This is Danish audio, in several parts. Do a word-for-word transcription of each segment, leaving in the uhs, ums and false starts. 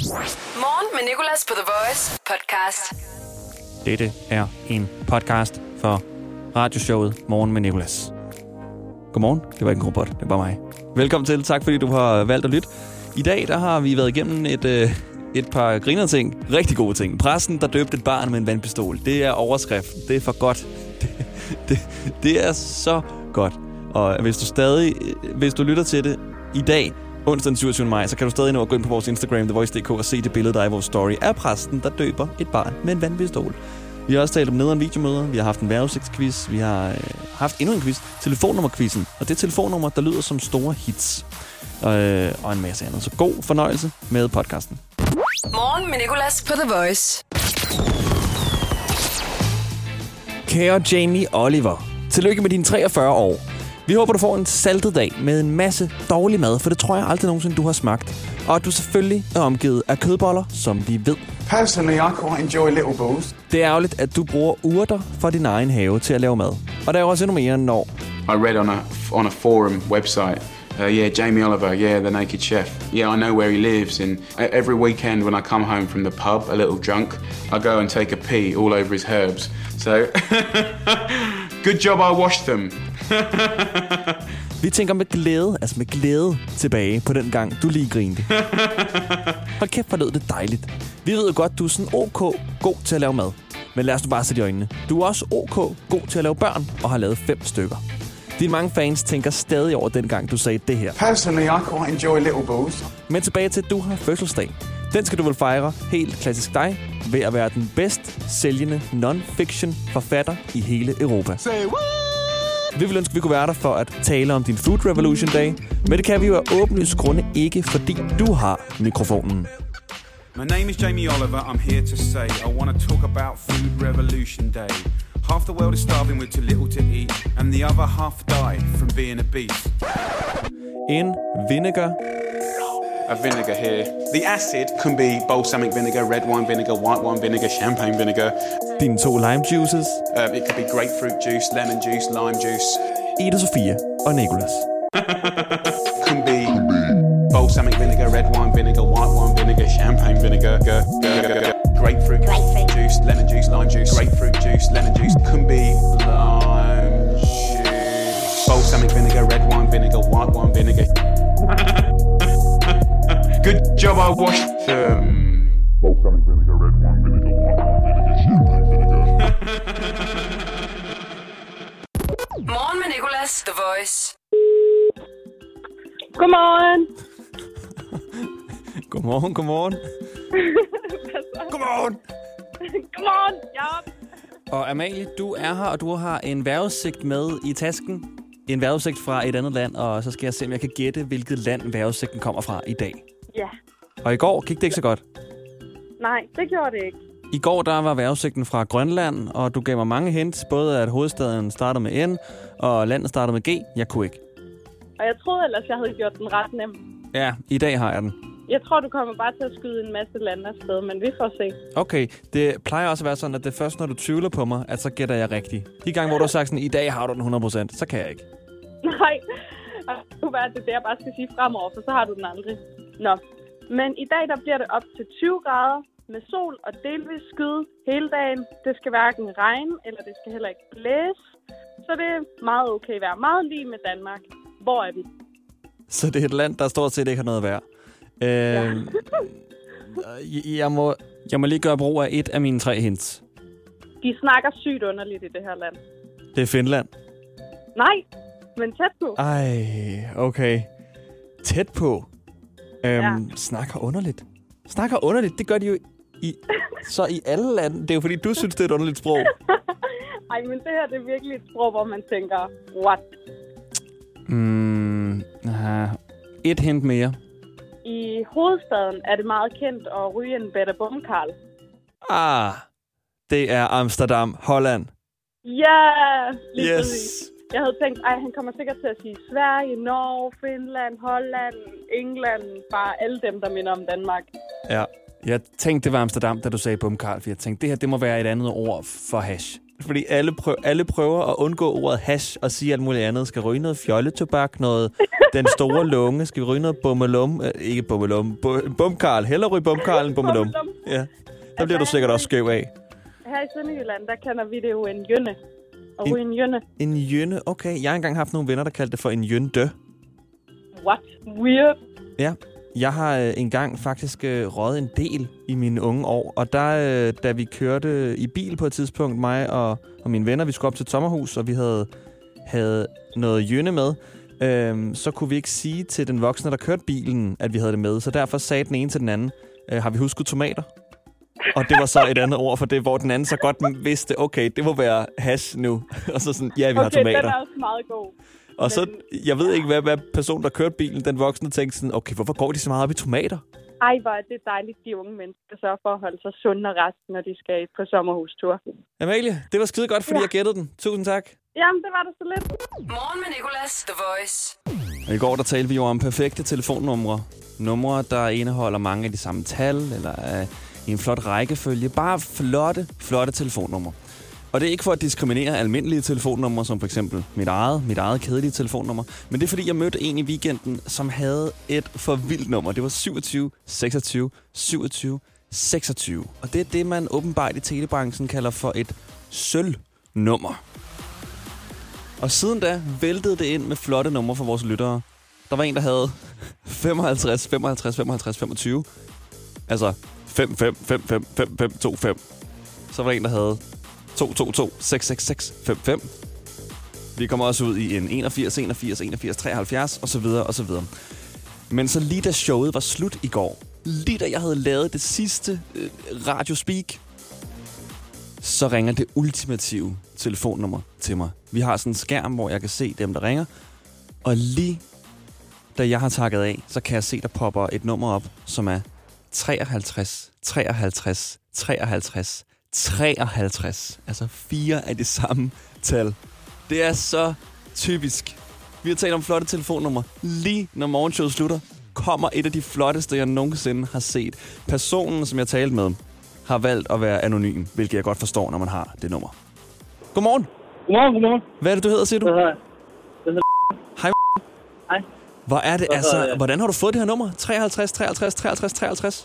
Morgen med Nicolas på The Voice podcast. Dette er en podcast for radioshowet Morgen med Nicolas. Godmorgen, det var ikke en robot, det var mig. Velkommen til, tak fordi du har valgt at lytte. I dag der har vi været igennem et, øh, et par grinerede ting, rigtig gode ting. Præsten, der døbte et barn med en vandpistol. Det er overskriften, det er for godt. Det, det, det er så godt. Og hvis du stadig, hvis du lytter til det i dag, onsdag den syvogtyvende maj, så kan du stadig nå at gå ind på vores Instagram, the voice punktum d k, og se det billede, der er i vores story af præsten, der døber et barn med en vandpistol. Vi har også talt om nederen videomøder, vi har haft en vejrudsigtsquiz, vi har øh, haft endnu en quiz, telefonnummerquizzen, og det er telefonnummer, der lyder som store hits, øh, og en masse andet. Så god fornøjelse med podcasten. Morgen med Nicolas på The Voice. Kære Jamie Oliver, tillykke med dine treogfyrre år. Vi håber, du får en saltet dag med en masse dårlig mad, for det tror jeg aldrig nogensinde, du har smagt. Og at du selvfølgelig er omgivet af kødboller, som vi ved. Personally, I quite enjoy little balls. Det er ærgerligt, at du bruger urter fra din egen have til at lave mad. Og der er også endnu mere, når... I read on a, on a forum website, uh, yeah, Jamie Oliver, yeah, the naked chef. Yeah, I know where he lives, and every weekend when I come home from the pub, a little drunk, I go and take a pee all over his herbs. So, good job I washed them. Vi tænker med glæde, altså med glæde tilbage på den gang, du lige grinte. Hold kæft, hvor lød det dejligt. Vi ved jo godt, du er sådan ok god til at lave mad. Men lad os nu bare sætte i øjnene. Du er også ok god til at lave børn, og har lavet fem stykker. Dine mange fans tænker stadig over den gang, du sagde det her. Personally, I quite enjoy little balls. Men tilbage til, at du har fødselsdag. Den skal du vel fejre, helt klassisk dig, ved at være den bedst sælgende non-fiction forfatter i hele Europa. Say what? Vi vil ønske, at vi kunne være der for at tale om din Food Revolution Day, men det kan vi jo af åbenlyst grunde ikke, fordi du har mikrofonen. My name is Jamie Oliver. I'm here to say I want to talk about Food Revolution Day. Half the world is starving with too little to eat, and the other half die from being obese. En vinegar. A vinegar here. The acid can be balsamic vinegar, red wine vinegar, white wine vinegar, champagne vinegar. Dine to lime juices. Um, it could be grapefruit juice, lemon juice, lime juice. Ida Sofia og Nicolas. Can be balsamic vinegar, red wine vinegar, white wine vinegar, champagne vinegar, g- g- g- grapefruit, grapefruit juice, lemon juice, lime juice, grapefruit juice, lemon juice. Can be lime juice, balsamic vinegar, red wine vinegar, white wine vinegar. Good job I washed them. Balsamic vinegar, red wine vinegar, white wine vinegar, champagne vinegar. Morgen med Nicolas, The Voice. Godmorgen. Godmorgen, godmorgen. Godmorgen. Godmorgen, jeg er op. Og Amalie, du er her, og du har en vejrudsigt med i tasken. En vejrudsigt fra et andet land, og så skal jeg se, om jeg kan gætte, hvilket land vejrudsigten kommer fra i dag. Ja. Og i går gik det ikke så godt. Nej, det gjorde det ikke. I går der var vejrudsigten fra Grønland, og du gav mig mange hints. Både at hovedstaden startede med N, og landet startede med G. Jeg kunne ikke. Og jeg troede ellers, jeg havde gjort den ret nem. Ja, i dag har jeg den. Jeg tror, du kommer bare til at skyde en masse lande afsted, men vi får se. Okay, det plejer også at være sådan, at det er først, når du tvivler på mig, at så gætter jeg rigtigt. De gange, hvor du har sagt sådan, i dag har du den hundrede procent, så kan jeg ikke. Nej, og det kunne være, at det er det, jeg bare skal sige fremover, for så har du den aldrig. Nå, men i dag der bliver det op til tyve grader med sol og delvis skyde hele dagen. Det skal hverken regne, eller det skal heller ikke blæse. Så det er meget okay vejr. Meget lige med Danmark. Hvor er vi? Så det er et land, der stort set ikke har noget værd. Øh, ja. jeg, må, jeg må lige gøre brug af et af mine tre hints. De snakker sygt underligt i det her land. Det er Finland. Nej, men tæt på. Ej, okay. Tæt på. Øhm, Ja. Snakker underligt. Snakker underligt, det gør de jo i, så i alle lande. Det er jo fordi, du synes, det er et underligt sprog. Ej, men det her det er virkelig et sprog, hvor man tænker, what? Mm, aha. Et hint mere. I hovedstaden er det meget kendt at ryge en Better Bum Karl. Ah, det er Amsterdam, Holland. Ja, lige Yes. præcis. Jeg havde tænkt, ej, han kommer sikkert til at sige Sverige, Norge, Finland, Holland, England, bare alle dem, der minder om Danmark. Ja, jeg tænkte, det var Amsterdam, da du sagde Bum Karl, for jeg tænkte, det her det må være et andet ord for hash. Fordi alle, prøv, alle prøver at undgå ordet hash og sige alt muligt andet. Skal ryge noget fjolletobak, noget den store lunge, skal vi ryge noget bummelum, øh, ikke bummelum, bu- bumkarl, hellere ryge bumkarl end bummelum. Ja, der bliver du sikkert også skæv af. Her i Sønderjylland, der kender vi det jo en jønne. Og En- ryge en jønne. En jønne, okay. Jeg har engang haft nogle venner, der kaldte det for en jønde. What? Weird. Ja, jeg har øh, engang faktisk øh, røget en del i mine unge år, og der, øh, da vi kørte i bil på et tidspunkt, mig og, og mine venner, vi skulle op til et sommerhus, og vi havde, havde noget jønne med, øh, så kunne vi ikke sige til den voksne, der kørte bilen, at vi havde det med, så derfor sagde den ene til den anden, øh, har vi husket tomater? Og det var så et andet ord for det, hvor den anden så godt vidste, okay, det må være hash nu. Og så sådan, ja, vi har Okay, tomater. den er også meget god. Og så, Men- jeg ved ikke, hvad, hvad personen, der kørte bilen, den voksne, tænkte sådan, okay, hvorfor går de så meget op i tomater? Ej, hvor er det dejligt, de unge mennesker sørger for at holde sig sunde og raske, når de skal på sommerhustur. Amalie, det var skide godt, fordi ja. jeg gættede den. Tusind tak. Jamen, det var det så lidt. Morgen med Nicolas, The Voice. Og i går, der talte vi jo om perfekte telefonnumre. Numre, der indeholder mange af de samme tal, eller er i en flot rækkefølge. Bare flotte, flotte telefonnumre. Og det er ikke for at diskriminere almindelige telefonnumre, som for eksempel mit eget, mit eget kedelige telefonnummer. Men det er fordi, jeg mødte en i weekenden, som havde et for vildt nummer. Det var syvogtyve seksogtyve syvogtyve seksogtyve. Og det er det, man åbenbart i telebranchen kalder for et sølvnummer. Og siden da væltede det ind med flotte numre for vores lyttere. Der var en, der havde femoghalvtreds femoghalvtreds femoghalvtreds femogtyve. Altså fem fem fem fem fem fem to fem. Så var der en, der havde to to to seks seks seks fem fem. Vi kommer også ud i en enogfirs enogfirs enogfirs treoghalvfjerds og så videre og så videre. Men så lige da showet var slut i går, lige da jeg havde lavet det sidste øh, radiospeak, så ringer det ultimative telefonnummer til mig. Vi har sådan en skærm, hvor jeg kan se dem, der ringer. Og lige da jeg har takket af, så kan jeg se, der popper et nummer op, som er treoghalvtreds treoghalvtreds treoghalvtreds treoghalvtreds. Altså fire af det samme tal. Det er så typisk. Vi har talt om flotte telefonnumre. Lige når morgenshowet slutter, kommer et af de flotteste, jeg nogensinde har set. Personen, som jeg talte med, har valgt at være anonym, hvilket jeg godt forstår, når man har det nummer. Godmorgen. Godmorgen, godmorgen. Hvad er det, du hedder, siger du? Hvad hedder jeg? Hvad hedder Hej. Hej. Hvor er det, Hvad altså, hedder jeg? hvordan har du fået det her nummer? treoghalvtreds treoghalvtreds treoghalvtreds treoghalvtreds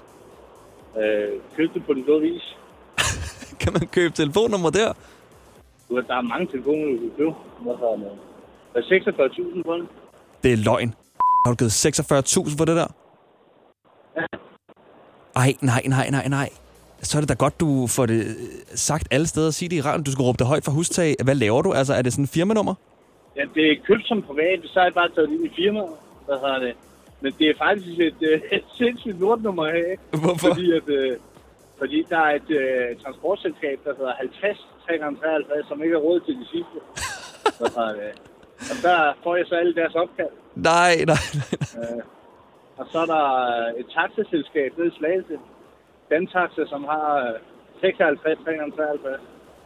Øh, købte det på den blå vis. Kan man købe telefonnummer der? Du, der er mange telefoner, du kan købe. Hvad hedder det? Der er seksogfyrre tusind på den. Det er løgn. Har du givet seksogfyrre tusind for det der? Ja. Ej, nej, nej, nej, nej. Så er det da godt, du får det sagt alle steder. Sig det i radioen. Du skal råbe det højt fra hustag. Hvad laver du? Altså, er det sådan en firmanummer? Ja, det er købt som privat. Så har jeg bare taget det ind i firmaet. Hvad hedder det? Men det er faktisk et, et sindssygt lortnummer her. Hvorfor? Fordi, at, øh, fordi der er et øh, transportselskab, der hedder halvtreds tre gange treoghalvtreds, som ikke har råd til de sidste. Hvad hedder det? Og der får jeg så alle deres opkald. Nej, nej, nej. Øh, og så er der et taxaselskab nede i Slagelse. Dantaxa, som har seksoghalvtreds tre gange treoghalvtreds.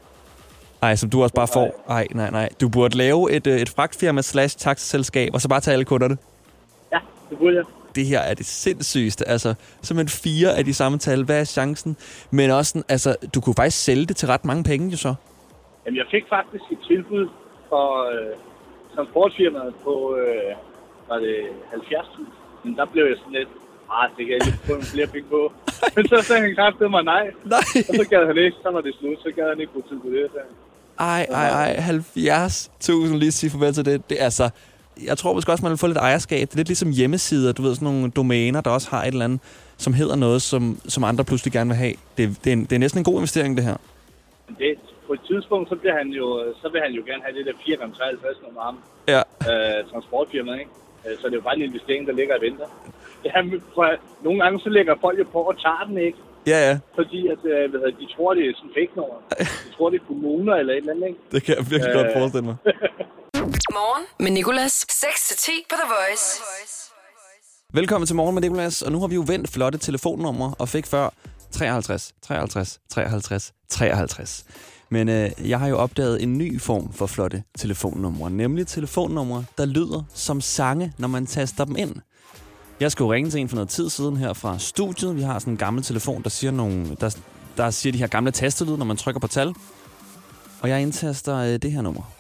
Ej, som du også bare får. Ej, nej, nej. Du burde lave et, et fragtfirma slash taxaselskab, og så bare tage alle kunderne. Ja, det burde jeg. Det her er det sindssygeste. Altså, simpelthen fire af de samme tal. Hvad er chancen? Men også, sådan, altså, du kunne faktisk sælge det til ret mange penge, jo så. Jamen, jeg fik faktisk et tilbud for øh, transportfirmaet på, øh, var det halvfjerds tusind. Men der blev jeg sådan lidt, ah, det kan jeg lige få nogle flere penge på. Men så sagde han kraftedeme mig nej. Nej. Og så gad han ikke, så var det slut. Så gad han ikke bruge tid på det. Så. Ej, ej, ej. halvfjerds tusind lige sige farvel til det. Det er altså... Jeg tror måske også, man vil få lidt ejerskab. Det er lidt ligesom hjemmesider. Du ved, sådan nogle domæner, der også har et eller andet, som hedder noget, som, som andre pludselig gerne vil have. Det, det, er, en, det er næsten en god investering, det her. Det, på et tidspunkt, så, bliver han jo, så vil han jo gerne have det der fire gange treoghalvtreds nummer ham. Ja. Øh, transportfirmaet, ikke? Så det er jo bare en investering, der ligger i venter. Ja, men for, nogle gange så lægger folk jo på og tager den, ikke? Ja, ja. Fordi at, øh, hvad hedder, de tror, det er sådan fake nummer. De tror, det er kommuner eller et eller andet, ikke? Det kan jeg virkelig øh... godt forestille mig. Morgen med Nicolas. seks til ti på The Voice. Velkommen til Morgen med Nicolas. Og nu har vi jo vendt flotte telefonnumre og fik før treoghalvtreds treoghalvtreds treoghalvtreds treoghalvtreds. Men øh, jeg har jo opdaget en ny form for flotte telefonnumre. Nemlig telefonnumre, der lyder som sange, når man taster dem ind. Jeg skulle ringe til en for noget tid siden her fra studiet. Vi har sådan en gammel telefon, der siger, nogle, der, der siger de her gamle tastelyde, når man trykker på tal. Og jeg indtaster øh, det her nummer.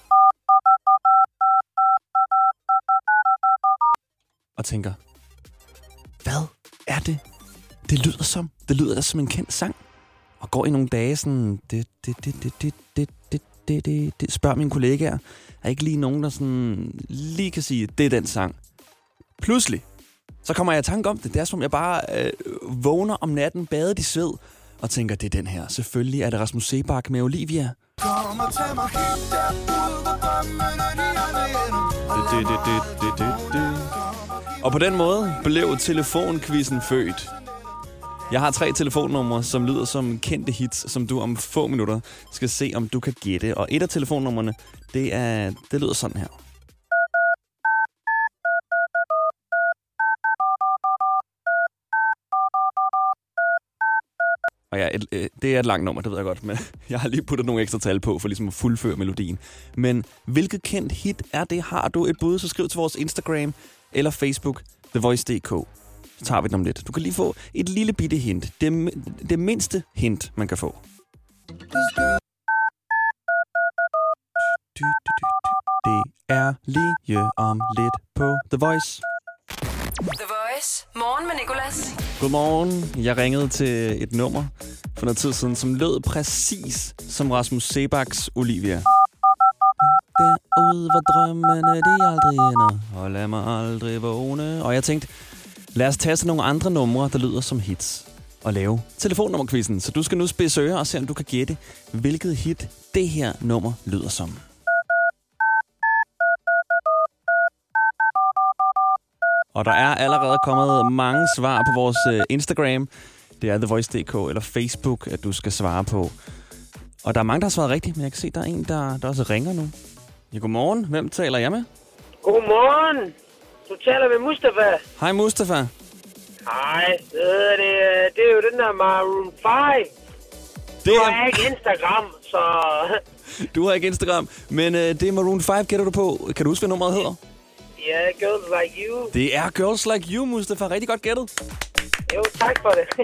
Og tænker, hvad er det, det lyder som? Det lyder da som en kendt sang. Og går i nogle dage sådan, det, det, det, det, det, det, det, det, det, det, spørger mine kollegaer. Er ikke lige nogen, der sådan lige kan sige, det er den sang. Pludselig, så kommer jeg i tanke om det. Det er som, jeg bare øh, vågner om natten, badet i sved, og tænker, det er den her. Selvfølgelig er det Rasmus Seebach med Olivia. Kom og tag mig helt derud, hvor drømmene de aldrig ender. Det, det, det, det, det, det. Og på den måde blev telefonquizzen født. Jeg har tre telefonnumre, som lyder som kendte hits, som du om få minutter skal se, om du kan gætte. Og et af telefonnumrene, det, er, det lyder sådan her. Og ja, et, et, det er et langt nummer, det ved jeg godt, men jeg har lige puttet nogle ekstra tal på, for ligesom at fuldføre melodien. Men hvilket kendt hit er det? Har du et bud, så skriv til vores Instagram eller Facebook, The Voice punktum d k. Så tager vi den om lidt. Du kan lige få et lille bitte hint. Det, det mindste hint, man kan få. Det er lige om lidt på The Voice. The Voice. Morgen med Nicolas. Godmorgen. Jeg ringede til et nummer for noget tid siden, som lød præcis som Rasmus Seebachs Olivia. Derude, hvor drømmene de aldrig ender, og lad mig aldrig vågne. Og jeg tænkte, lad os tage nogle andre numre, der lyder som hits, og lave telefonnummerquizzen. Så du skal nu spidse ører og se, om du kan gætte, hvilket hit det her nummer lyder som. Og der er allerede kommet mange svar på vores Instagram. Det er The Voice punktum d k eller Facebook, at du skal svare på. Og der er mange, der har svaret rigtigt, men jeg kan se, der er en, der, der også ringer nu. Ja, godmorgen. Hvem taler jeg med? Godmorgen. Du taler med Mustafa. Hej Mustafa. Hej, det, det, det er jo den der Maroon fem. Det er... Du har ikke Instagram, så... Du har ikke Instagram, men øh, det er Maroon fem, gætter du på. Kan du huske, hvad nummeret hedder? Ja, yeah, Girls Like You. Det er Girls Like You, Mustafa. Rigtig godt gættet. Jo, tak for det.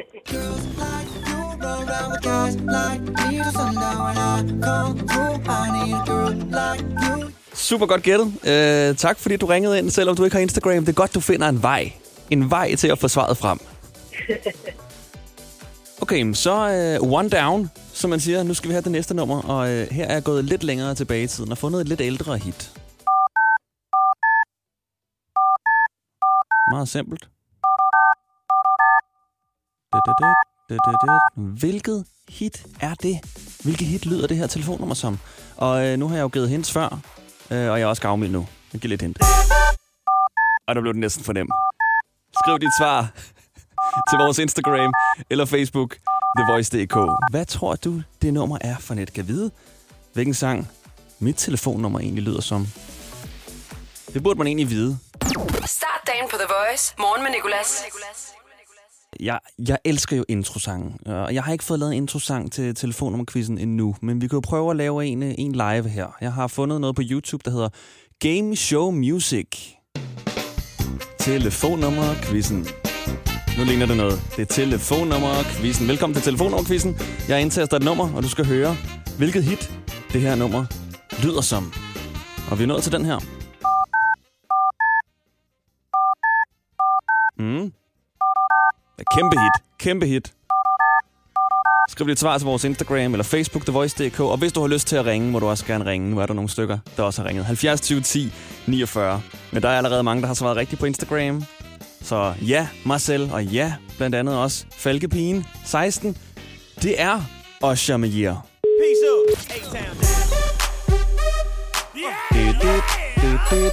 Super godt gættet. Uh, tak fordi du ringede ind, selvom du ikke har Instagram. Det er godt, du finder en vej. En vej til at få svaret frem. Okay, så uh, one down, som man siger. Nu skal vi have det næste nummer. Og uh, her er jeg gået lidt længere tilbage i tiden og fundet et lidt ældre hit. Meget simpelt. Hvilket hit er det? Hvilket hit lyder det her telefonnummer som? Og øh, nu har jeg jo givet hints før, øh, og jeg er også gavmild nu. Jeg giver lidt hint. Og der blev det næsten for nem. Skriv dit svar til vores Instagram eller Facebook, The Voice punktum d k. Hvad tror du, det nummer er for net? Kan vide, hvilken sang mit telefonnummer egentlig lyder som? Det burde man egentlig vide. Start dagen på The Voice. Morgen med Nicolas. Jeg, jeg elsker jo introsangen, og jeg har ikke fået lavet en introsang til telefonnummerquizzen endnu, men vi kan jo prøve at lave en, en live her. Jeg har fundet noget på YouTube, der hedder Game Show Music. Telefonnummerquizzen. Nu ligner det noget. Det er telefonnummerquizzen. Velkommen til telefonnummerquizzen. Jeg indtaster et nummer, og du skal høre, hvilket hit det her nummer lyder som. Og vi er nået til den her. Mm. Kæmpe hit. Kæmpe hit. Skriv dit svar til vores Instagram eller Facebook, The Voice punktum d k. Og hvis du har lyst til at ringe, må du også gerne ringe. Nu er der nogle stykker, der også har ringet. halvfjerds tyve ti niogfyrre. Men der er allerede mange, der har svaret rigtigt på Instagram. Så ja, Marcel, og ja, blandt andet også Falkepigen seksten. Det er Usher med Year. Peace up. A-Town. Yeah.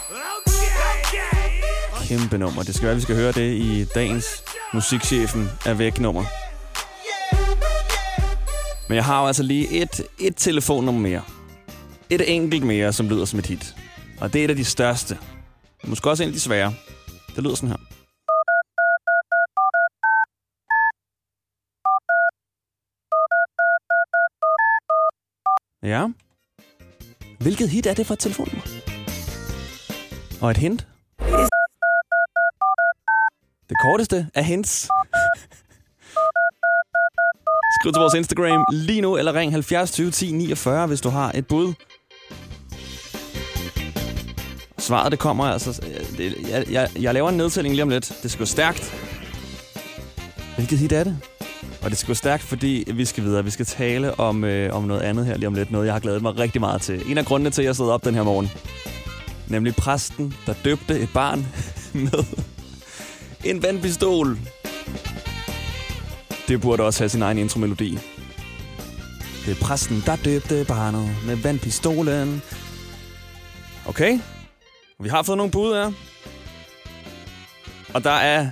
Kæmpe nummer. Det skal være, vi skal høre det i dagens Musikchefen er væk nummer. Men jeg har jo altså lige et, et telefonnummer mere. Et enkelt mere, som lyder som et hit. Og det er et af de største. Måske også en af de svære. Det lyder sådan her. Ja. Hvilket hit er det for et telefonnummer? Og et hint? Det korteste er hints. Skriv til vores Instagram lige nu, eller ring halvfjerds tyve ti niogfyrre, hvis du har et bud. Svaret, det kommer altså... Det, jeg, jeg, jeg laver en nedtælling lige om lidt. Det skal gå stærkt. Hvilket hit er det? Og det skal gå stærkt, fordi vi skal videre. Vi skal tale om, øh, om noget andet her lige om lidt. Noget, jeg har glædet mig rigtig meget til. En af grundene til, at jeg stod op den her morgen. Nemlig præsten, der døbte et barn med en vandpistol. Det burde også have sin egen intromelodi. Det er præsten, der døbte barnet med vandpistolen. Okay. Vi har fået nogle bud her. Og der er...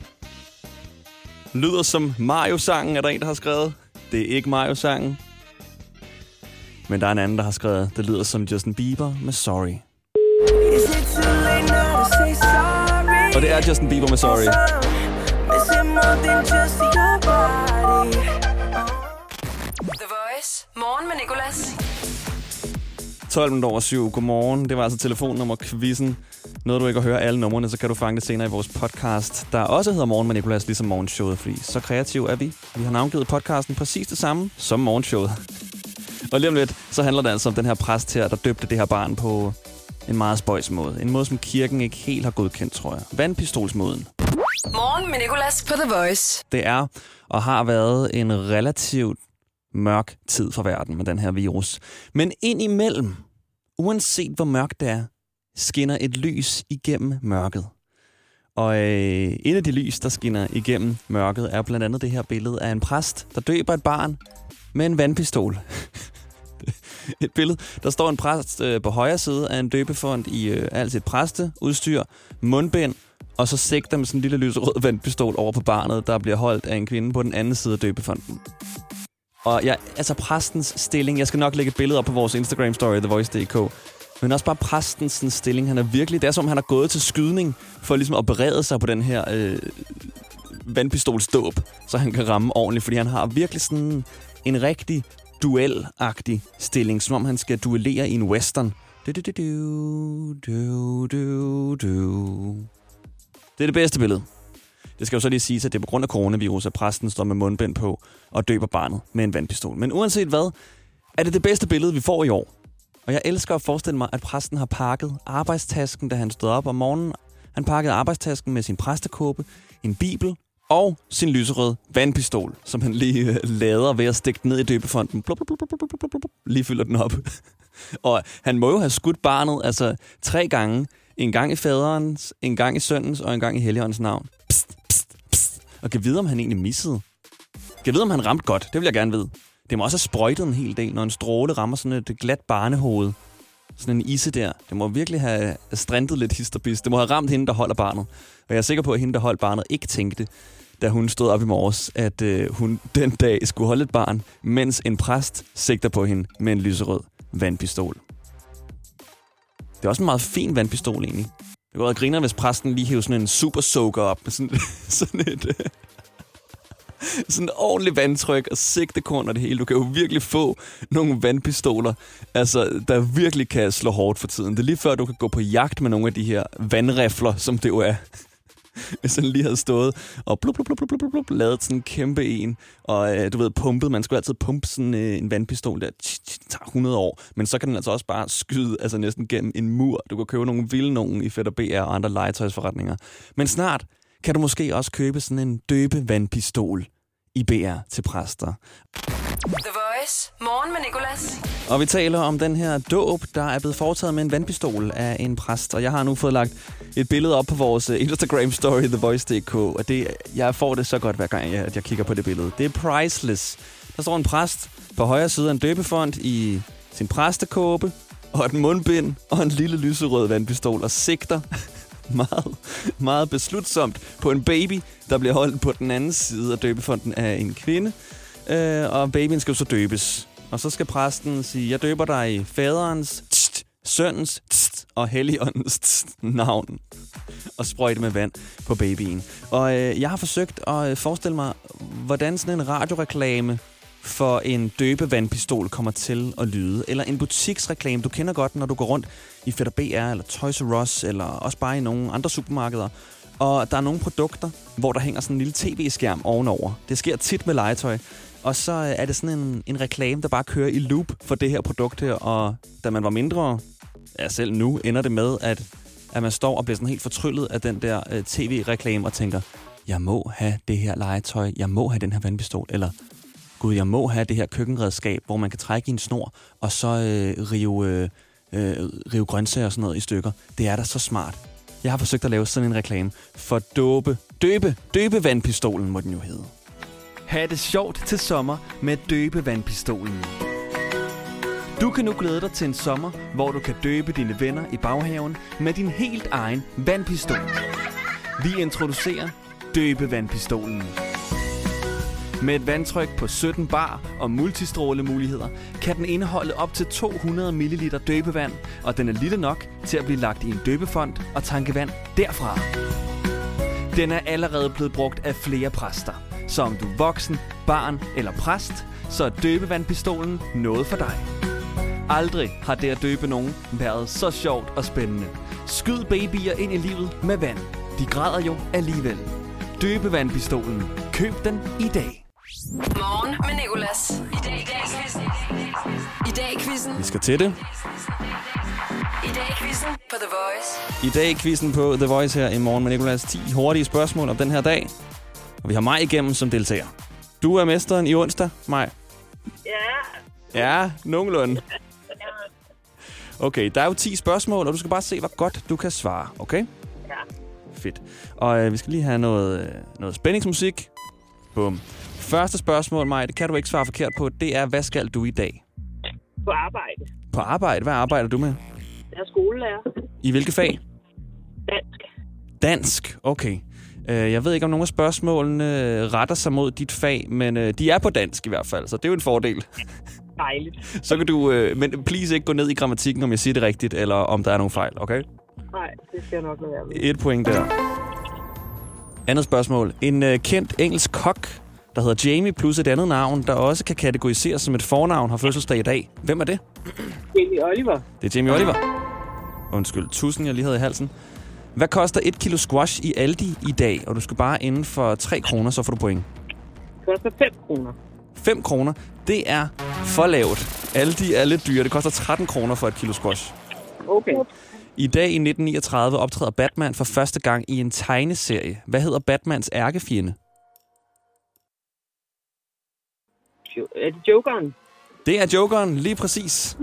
Lyder som Mario-sangen, er der en, der har skrevet. Det er ikke Mario-sangen. Men der er en anden, der har skrevet. Det lyder som Justin Bieber med Sorry. Og det er Justin Bieber med Sorry. The Voice. Morgen med Nicolas. tolv minutter over syv. Godmorgen. Det var altså telefonnummer-quizzen. Noget du ikke har hørt alle numrene, så kan du fange det senere i vores podcast, der også hedder Morgen med Nicolas, ligesom morgenshowet, fordi så kreativ er vi. Vi har navngivet podcasten præcis det samme som morgenshowet. Og lige om lidt, så handler det altså om den her præst her, der døbte det her barn på en meget spøjs måde. En måde, som kirken ikke helt har godkendt, tror jeg. Vandpistolsmåden. Morgen med Nicolas på The Voice. Det er og har været en relativt mørk tid for verden med den her virus. Men indimellem, uanset hvor mørkt det er, skinner et lys igennem mørket. Og øh, en af de lys, der skinner igennem mørket, er blandt andet det her billede af en præst, der døber et barn med en vandpistol. Et billede, der står en præst øh, på højre side af en døbefont i øh, alt sit præsteudstyr, mundbind, og så sigter med sådan en lille lyserød vandpistol over på barnet, der bliver holdt af en kvinde på den anden side af døbefonten. Og ja, altså præstens stilling, jeg skal nok lægge et billede op på vores Instagram-story, the voice punktum d k, men også bare præstens stilling, han er virkelig, det er som han har gået til skydning, for ligesom at berede sig på den her øh, vandpistolsdåb, så han kan ramme ordentligt, fordi han har virkelig sådan en rigtig duelagtig stilling, som om han skal duellere i en western. Du, du, du, du, du, du, du. Det er det bedste billede. Det skal jo så lige sige, at det er på grund af coronavirus, at præsten står med mundbind på og døber barnet med en vandpistol. Men uanset hvad, er det det bedste billede, vi får i år. Og jeg elsker at forestille mig, at præsten har pakket arbejdstasken, da han stod op om morgenen. Han pakkede arbejdstasken med sin præstekåbe, en bibel og sin lyserøde vandpistol, som han lige øh, lader ved at stikke ned i døbefonten. Blub, blub, blub, blub, blub, blub, blub, lige fylder den op. Og han må jo have skudt barnet altså tre gange. En gang i faderens, en gang i søndens og en gang i Helligåndens navn. Psst, psst, psst. Og kan vide, om han egentlig missede. Kan vide, om han ramte godt. Det vil jeg gerne vide. Det må også have sprøjtet en hel del, når en stråle rammer sådan et glat barnehoved. Sådan en isse der. Det må virkelig have strintet lidt histerbis. Det må have ramt hende, der holder barnet. Og jeg er sikker på, at hende, der holdt barnet, ikke tænkte, da hun stod op i morges, at øh, hun den dag skulle holde et barn, mens en præst sigter på hende med en lyserød vandpistol. Det er også en meget fin vandpistol, egentlig. Det går og griner, hvis præsten lige hæver sådan en super soaker op med sådan, sådan et... Øh, sådan et ordentligt vandtryk og sigtekorn og det hele. Du kan jo virkelig få nogle vandpistoler, altså, der virkelig kan slå hårdt for tiden. Det er lige før, du kan gå på jagt med nogle af de her vandrifler, som det jo er. Hvis han lige havde stået og blub, blub, blub, blub, blub, blub, lavet sådan en kæmpe en, og øh, du ved, pumpet. Man skulle altid pumpe sådan øh, en vandpistol der. Det tager hundrede år, men så kan den altså også bare skyde altså næsten gennem en mur. Du kan købe nogle vilde nogen i Fætter B R og andre legetøjsforretninger. Men snart kan du måske også købe sådan en døbevandpistol i B R til præster. The Voice. Morgen med Nicolas. Og vi taler om den her dåb, der er blevet foretaget med en vandpistol af en præst. Og jeg har nu fået lagt et billede op på vores Instagram-story, the voice punktum d k. Og det, jeg får det så godt hver gang, at jeg kigger på det billede. Det er priceless. Der står en præst på højre side af en døbefont i sin præstekåbe, og et mundbind og en lille lyserød vandpistol, og sigter meget, meget beslutsomt på en baby, der bliver holdt på den anden side af døbefonten af en kvinde. Øh, og babyen skal jo så døbes. Og så skal præsten sige, jeg døber dig i faderens, tst, søndens tst, og helligåndens tst, navn. Og sprøjte med vand på babyen. Og øh, jeg har forsøgt at forestille mig, hvordan sådan en radioreklame for en døbevandpistol kommer til at lyde. Eller en butiksreklame, du kender godt, når du går rundt i Fætter B R, eller Toys R Us, eller også bare i nogle andre supermarkeder. Og der er nogle produkter, hvor der hænger sådan en lille tv-skærm ovenover. Det sker tit med legetøj. Og så er det sådan en, en reklame, der bare kører i loop for det her produkt her. Og da man var mindre, ja selv nu, ender det med, at, at man står og bliver sådan helt fortryllet af den der øh, tv-reklame og tænker, jeg må have det her legetøj, jeg må have den her vandpistol, eller gud, jeg må have det her køkkenredskab, hvor man kan trække i en snor, og så øh, rive, øh, øh, rive grøntsager og sådan noget i stykker. Det er da så smart. Jeg har forsøgt at lave sådan en reklame for dåbe, døbe, døbevandpistolen, må den jo hedde. Ha' det sjovt til sommer med døbevandpistolen. Du kan nu glæde dig til en sommer, hvor du kan døbe dine venner i baghaven med din helt egen vandpistol. Vi introducerer døbevandpistolen. Med et vandtryk på sytten bar og multistrålemuligheder, kan den indeholde op til to hundrede milliliter døbevand, og den er lille nok til at blive lagt i en døbefont og tanke vand derfra. Den er allerede blevet brugt af flere præster. Så om du er voksen, barn eller præst, så er døbevandpistolen noget for dig. Aldrig har det at døbe nogen været så sjovt og spændende. Skyd babyer ind i livet med vand. De græder jo alligevel. Døbevandpistolen. Køb den i dag. Morgen med Nicolas. I dag i quizzen. I dag i quizzen. Vi skal til det. I dag i quizzen på The Voice. I dag i quizzen på The Voice her i Morgen med Nicolas. ti hurtige spørgsmål om den her dag. Og vi har Maj igennem som deltager. Du er mesteren i onsdag, Maj. Ja. Ja, nogenlunde. Okay, der er jo ti spørgsmål, og du skal bare se, hvor godt du kan svare, okay? Ja. Fedt. Og øh, vi skal lige have noget, øh, noget spændingsmusik. Bum. Første spørgsmål, Maj, det kan du ikke svare forkert på. Det er, hvad skal du i dag? På arbejde. På arbejde? Hvad arbejder du med? Jeg er skolelærer. I hvilke fag? Dansk. Dansk, okay. Øh, jeg ved ikke, om nogle af spørgsmålene øh, retter sig mod dit fag, men øh, de er på dansk i hvert fald, så det er jo en fordel. Dejligt. Så kan du, øh, men please ikke gå ned i grammatikken, om jeg siger det rigtigt, eller om der er nogle fejl, okay? Nej, det skal jeg nok lade være med. Et point der. Andet spørgsmål. En øh, kendt engelsk kok, der hedder Jamie, plus et andet navn, der også kan kategoriseres som et fornavn, har fødselsdag i dag. Hvem er det? Jamie Oliver. Det er Jamie Oliver. Undskyld, tusind, jeg lige havde i halsen. Hvad koster et kilo squash i Aldi i dag? Og du skal bare inden for tre kroner, så får du point. Det koster fem kroner. fem kroner, det er for lavt. Aldi er lidt dyre. Det koster tretten kroner for et kilo squash. Okay. I dag i nitten niogtredive optræder Batman for første gang i en tegneserie. Hvad hedder Batmans ærkefjende? Er det Jokeren? Det er Jokeren, lige præcis.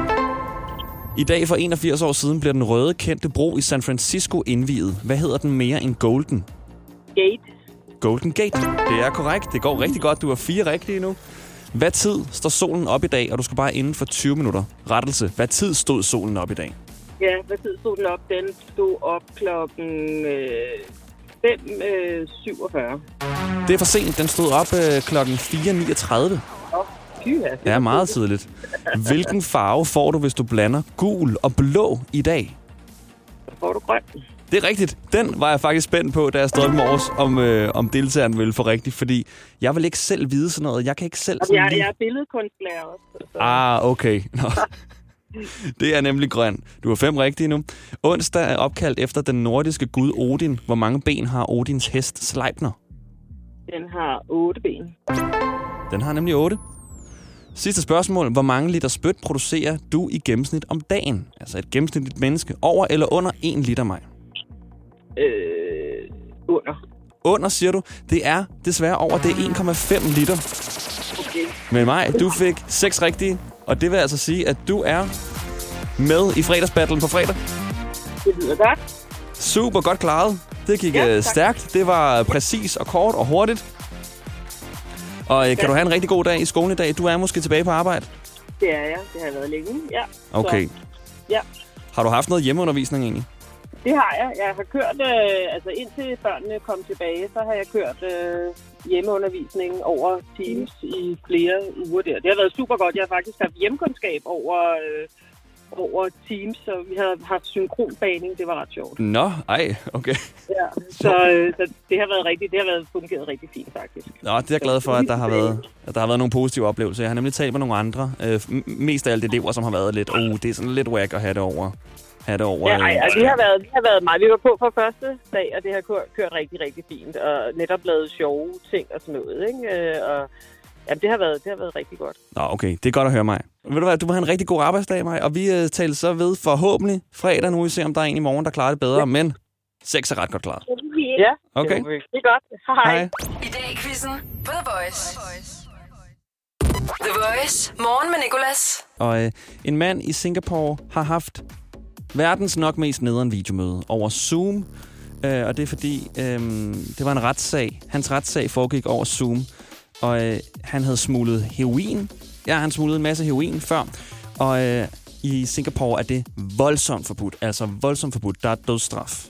I dag for enogfirs år siden bliver den røde kendte bro i San Francisco indviet. Hvad hedder den mere end Golden? Gate. Golden Gate. Det er korrekt. Det går rigtig godt. Du har fire rigtige nu. Hvad tid står solen op i dag? Og du skal bare inden for tyve minutter. Rettelse. Hvad tid stod solen op i dag? Ja, hvad tid stod den op? Den stod op klokken øh, fem syvogfyrre. Det er for sent. Den stod op øh, klokken fire niogtredive. Ja, meget tidligt. Hvilken farve får du, hvis du blander gul og blå i dag? Så får du grøn. Det er rigtigt. Den var jeg faktisk spændt på, da jeg stod op i morges, om, øh, om deltageren ville få rigtigt, fordi jeg vil ikke selv vide sådan noget. Jeg kan ikke selv sådan jeg, lige... jeg er billedkunstlærer også. Så. Ah, okay. Nå. Det er nemlig grøn. Du har fem rigtige nu. Onsdag er opkaldt efter den nordiske gud Odin. Hvor mange ben har Odins hest Sleipner? Den har otte ben. Den har nemlig otte. Sidste spørgsmål. Hvor mange liter spyt producerer du i gennemsnit om dagen? Altså et gennemsnitligt menneske. Over eller under en liter, Maj? Øh, under. Under, siger du. Det er desværre over. Det er en komma fem liter. Okay. Men Maj, du fik seks rigtige. Og det vil altså sige, at du er med i fredagsbattlen på fredag. Det lyder godt. Super godt klaret. Det gik ja, stærkt. Det var præcis og kort og hurtigt. Og kan ja. du have en rigtig god dag i skolen i dag? Du er måske tilbage på arbejde? Det er jeg. Det har jeg været længe, ja. Okay. Så, ja. Har du haft noget hjemmeundervisning egentlig? Det har jeg. Jeg har kørt, øh, altså indtil børnene kom tilbage, så har jeg kørt øh, hjemmeundervisning over Teams i flere uger der. Det har været super godt. Jeg har faktisk haft hjemkundskab over, øh, over Teams, så vi har haft synkronbaning. Det var ret sjovt. Nå, ej, okay. Ja, så, øh, så det har været rigtig, det har været fungeret rigtig fint faktisk. Nå, det er jeg glad for, at der har været, at der har været nogle positive oplevelser. Jeg har nemlig talt med nogle andre, øh, mest af alle elever, som har været lidt, oh, det er sådan lidt whack at have det over. Have det over. Ja, ej, altså, det har været, det har været meget. Vi var på for første dag, og det har kørt, kørt rigtig, rigtig fint, og netop lavet sjove ting og sådan noget, ikke? Og Ja, det har været, det har været rigtig godt. Nå, okay. Det er godt at høre mig. Ved du hvad, du må have en rigtig god arbejdsdag, Maj. Og vi uh, taler så ved forhåbentlig fredag. Nu vi ser, om der er en i morgen, der klarer det bedre. Ja. Men seks er ret godt klaret. Ja, okay. Det er godt. Hej. Hej. I dag i quizzen på The Voice. The Voice. Morgen med Nicolas. Og øh, en mand i Singapore har haft verdens nok mest nederen videomøde over Zoom. Øh, og det er fordi, øh, det var en retssag. Hans retssag foregik over Zoom. Og øh, han havde smuglet heroin. Ja, han smuglede en masse heroin før. Og øh, i Singapore er det voldsomt forbudt. Altså voldsomt forbudt. Der er dødsstraf.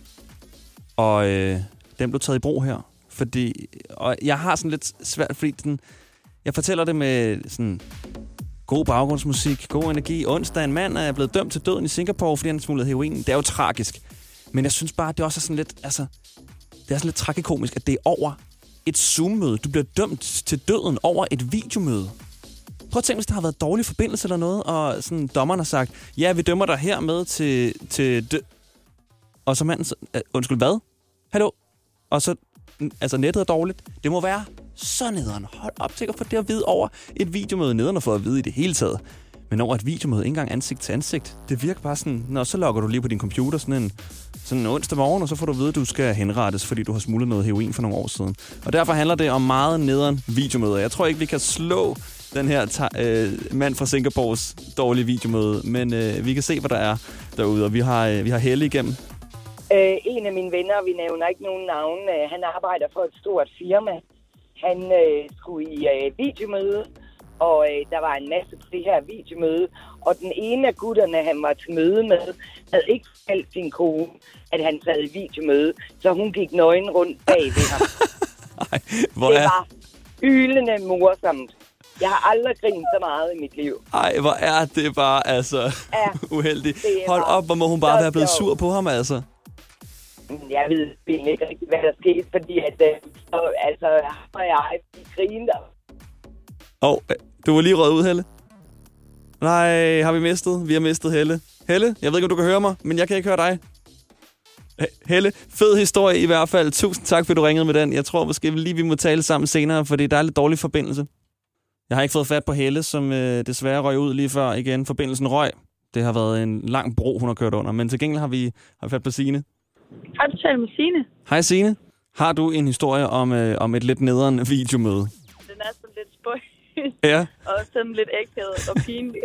Og øh, den blev taget i brug her. Fordi, og jeg har sådan lidt svært, fordi den, jeg fortæller det med sådan god baggrundsmusik, god energi. Onsdag en mand er blevet dømt til døden i Singapore, fordi han smuglede heroin. Det er jo tragisk. Men jeg synes bare, at det også er sådan lidt, altså, det er sådan lidt tragikomisk, at det er over et Zoom-møde. Du bliver dømt til døden over et videomøde. Prøv at tænke, hvis der har været dårlig forbindelse eller noget, og sådan dommeren har sagt, ja, vi dømmer dig her med til, til dø... Og så manden, uh, undskyld, hvad? Hallo? Og så, altså nettet er dårligt. Det må være så nederen. Hold op til at få det at vide over et videomøde. Nederen at få at vide i det hele taget. Men over et videomøde, ikke engang ansigt til ansigt. Det virker bare sådan, når så logger du lige på din computer sådan en, sådan en onsdag morgen, og så får du at vide, at du skal henrettes, fordi du har smuglet noget heroin for nogle år siden. Og derfor handler det om meget nederen videomøder. Jeg tror ikke, vi kan slå den her ta- øh, mand fra Singapores dårlige videomøde, men øh, vi kan se, hvad der er derude, og vi har, øh, vi har Helle igennem. Øh, en af mine venner, vi nævner ikke nogen navn, øh, han arbejder for et stort firma. Han øh, skulle i øh, videomøde, og øh, der var en masse på det her videomøde, og den ene af gutterne, han var til møde med, havde ikke fortalt sin kone, at han sad i videomøde, så hun gik nøgen rundt bag ved ham. Ej, hvor det er... var ylende morsomt. Jeg har aldrig grinet så meget i mit liv. Ej, hvor er det bare, altså, ja, uheldigt. Hold op, hvor må hun bare være blevet sur på ham, altså. Jeg ved ikke rigtig, hvad der skete, fordi at, øh, altså, og jeg grinede. Åh, oh, du var lige røget ud, Helle. Nej, har vi mistet? Vi har mistet Helle. Helle, jeg ved ikke, om du kan høre mig, men jeg kan ikke høre dig. Helle, fed historie i hvert fald. Tusind tak, fordi du ringede med den. Jeg tror måske lige, vi må tale sammen senere, fordi der er lidt dårlig forbindelse. Jeg har ikke fået fat på Helle, som øh, desværre røg ud lige før igen. Forbindelsen røg. Det har været en lang bro, hun har kørt under. Men til gengæld har vi, har vi fat på Signe. Har du talt med Signe? Hej Signe. Har du en historie om, øh, om et lidt nederen videomøde? Den er sådan lidt spøj. Ja. Og sådan lidt ægget og pinlig.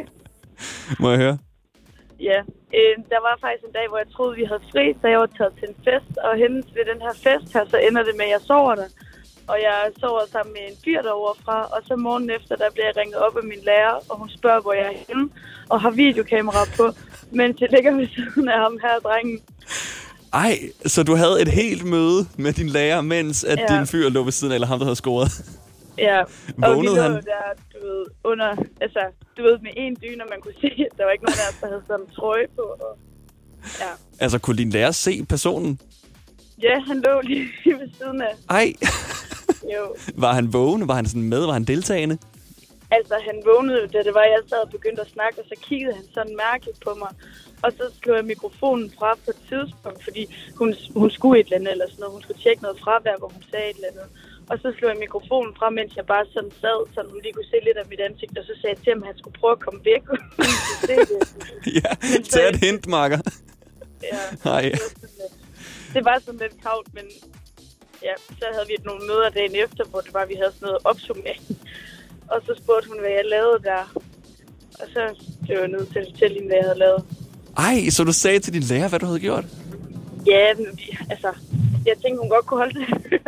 Må jeg høre? Ja. Øh, der var faktisk en dag, hvor jeg troede, vi havde fri, så jeg var taget til en fest. Og henne ved den her fest her, så ender det med, at jeg sover der. Og jeg sover sammen med en fyr derovre fra. Og så morgen efter, der bliver jeg ringet op af min lærer, og hun spørger, hvor jeg er henne. Og har videokamera på, mens jeg ligger ved siden af ham her, drengen. Ej, så du havde et helt møde med din lærer, mens at ja. din fyr lå ved siden af, eller ham, der havde scoret? Ja, og vi lå han? der, du ved, under, altså, du ved, med en dyne, og man kunne se, at der var ikke nogen af os, der havde sådan en trøje på. Og, ja. Altså, kunne din lærer se personen? Ja, han lå lige ved siden af. Ej. Jo. Var han vågen? Var han sådan med? Var han deltagende? Altså, han vågnede, da det var, jeg sad og begyndte at snakke, og så kiggede han sådan mærkeligt på mig. Og så slog jeg mikrofonen fra på et tidspunkt, fordi hun, hun skulle et eller andet, eller sådan noget. Hun skulle tjekke noget fravær, hvor hun sagde et eller andet. Og så slog jeg mikrofonen fra, mens jeg bare sådan sad, så hun lige kunne se lidt af mit ansigt. Og så sagde jeg til ham, at han skulle prøve at komme væk. Ja, tag et hint, makker. Ja, Hej. Det var sådan lidt kavt, men ja, så havde vi nogle møder dagen efter, hvor det var, vi havde sådan noget opsummering. Og så spurgte hun, hvad jeg lavede der. Og så blev jeg nødt til at fortælle hende, hvad jeg havde lavet. Ej, så du sagde til din lærer, hvad du havde gjort? Ja, altså, jeg tænkte, hun godt kunne holde det.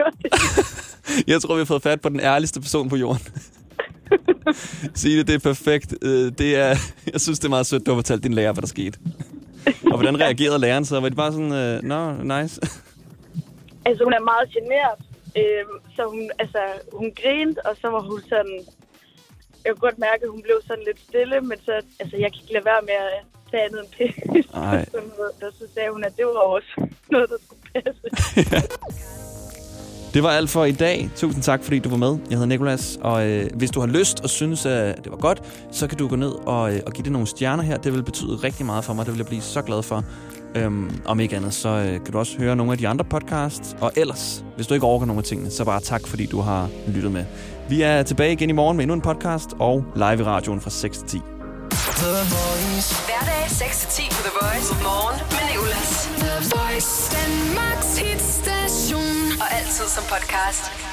Jeg tror, vi har fået fat på den ærligste person på jorden. Signe, det er perfekt. Det er, jeg synes, det er meget sødt, du har fortalt din lærer, hvad der skete. Og hvordan reagerede læreren så? Var det bare sådan, uh, no, nice? Altså, hun er meget genert. Øh, så hun, altså, hun grinte, og så var hun sådan... Jeg kunne godt mærke, at hun blev sådan lidt stille, men så, altså, jeg kan ikke lade være med at tage andet end pisse. Så sagde hun, at det var også noget, der skulle passe. Ja. Det var alt for i dag. Tusind tak, fordi du var med. Jeg hedder Nicolas, og øh, hvis du har lyst og synes, at det var godt, så kan du gå ned og, øh, og give det nogle stjerner her. Det vil betyde rigtig meget for mig. Det vil jeg blive så glad for. Øhm, om ikke andet, så øh, kan du også høre nogle af de andre podcasts. Og ellers, hvis du ikke overgår nogle af tingene, så bare tak, fordi du har lyttet med. Vi er tilbage igen i morgen med endnu en podcast og live i radioen fra seks til ti. Hverdag seks til ti på The Voice. Morgen med Nicolas. The Voice. Danmarks hitstation. Og altid som podcast.